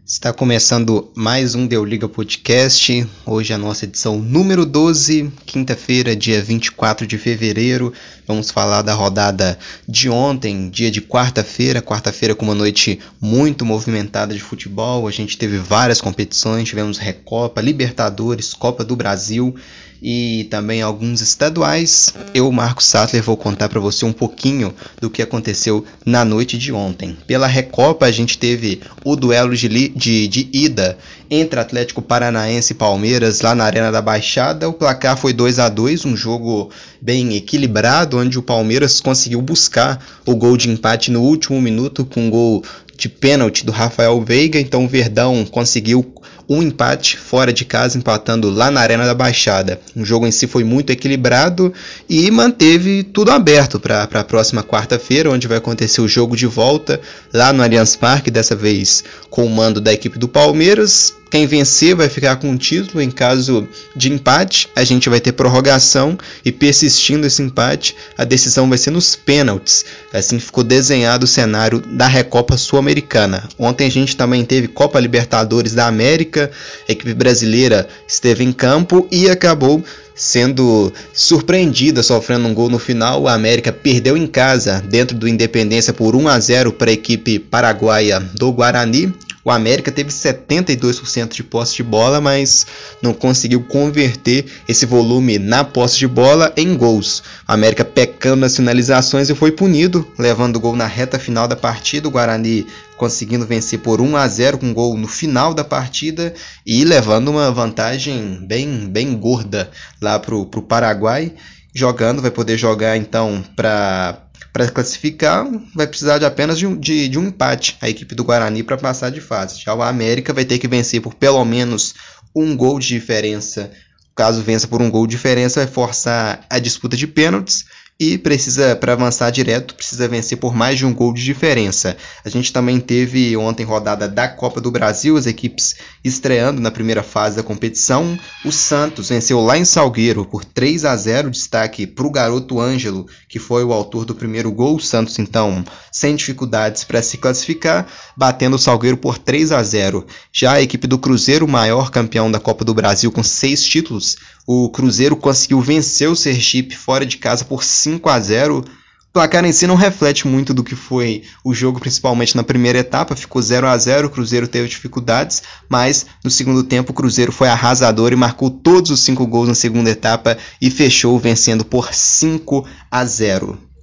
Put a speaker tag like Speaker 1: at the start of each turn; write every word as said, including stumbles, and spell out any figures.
Speaker 1: Está começando mais um Deu Liga Podcast, hoje é a nossa edição número doze, quinta-feira, dia vinte e quatro de fevereiro. Vamos falar da rodada de ontem, dia de quarta-feira, quarta-feira com uma noite muito movimentada de futebol. A gente teve várias competições, tivemos Recopa, Libertadores, Copa do Brasil e também alguns estaduais. Eu, Marcos Sattler, vou contar para você um pouquinho do que aconteceu na noite de ontem. Pela Recopa, a gente teve o duelo de, li- de, de ida entre Atlético Paranaense e Palmeiras lá na Arena da Baixada. O placar foi dois a dois, um jogo bem equilibrado, onde o Palmeiras conseguiu buscar o gol de empate no último minuto com um gol de pênalti do Rafael Veiga. Então o Verdão conseguiu um empate fora de casa, empatando lá na Arena da Baixada. O jogo em si foi muito equilibrado e manteve tudo aberto para a próxima quarta-feira, onde vai acontecer o jogo de volta lá no Allianz Parque, dessa vez com o mando da equipe do Palmeiras. Quem vencer vai ficar com o título. Em caso de empate, a gente vai ter prorrogação e, persistindo esse empate, a decisão vai ser nos pênaltis. Assim ficou desenhado o cenário da Recopa Sul-Americana. Ontem a gente também teve Copa Libertadores da América. A equipe brasileira esteve em campo e acabou sendo surpreendida, sofrendo um gol no final. A América perdeu em casa, dentro do Independência, por um a zero para a equipe paraguaia do Guarani. O América teve setenta e dois por cento de posse de bola, mas não conseguiu converter esse volume na posse de bola em gols. O América pecando nas finalizações e foi punido, levando o gol na reta final da partida. O Guarani conseguindo vencer por um a zero com gol no final da partida e levando uma vantagem bem, bem gorda lá para o Paraguai. Jogando, vai poder jogar então para... Para classificar, vai precisar de apenas de um, de, de um empate, a equipe do Guarani, para passar de fase. Já o América vai ter que vencer por pelo menos um gol de diferença. Caso vença por um gol de diferença, vai forçar a disputa de pênaltis e precisa, para avançar direto, precisa vencer por mais de um gol de diferença. A gente também teve ontem rodada da Copa do Brasil, as equipes estreando na primeira fase da competição. O Santos venceu lá em Salgueiro por três a zero, destaque para o garoto Ângelo, que foi o autor do primeiro gol. O Santos, então, sem dificuldades para se classificar, batendo o Salgueiro por três a zero. Já a equipe do Cruzeiro, maior campeão da Copa do Brasil com seis títulos, o Cruzeiro conseguiu vencer o Sergipe fora de casa por cinco a zero. O placar em si não reflete muito do que foi o jogo, principalmente na primeira etapa, ficou zero a zero, o Cruzeiro teve dificuldades, mas no segundo tempo o Cruzeiro foi arrasador e marcou todos os cinco gols na segunda etapa e fechou vencendo por cinco a zero.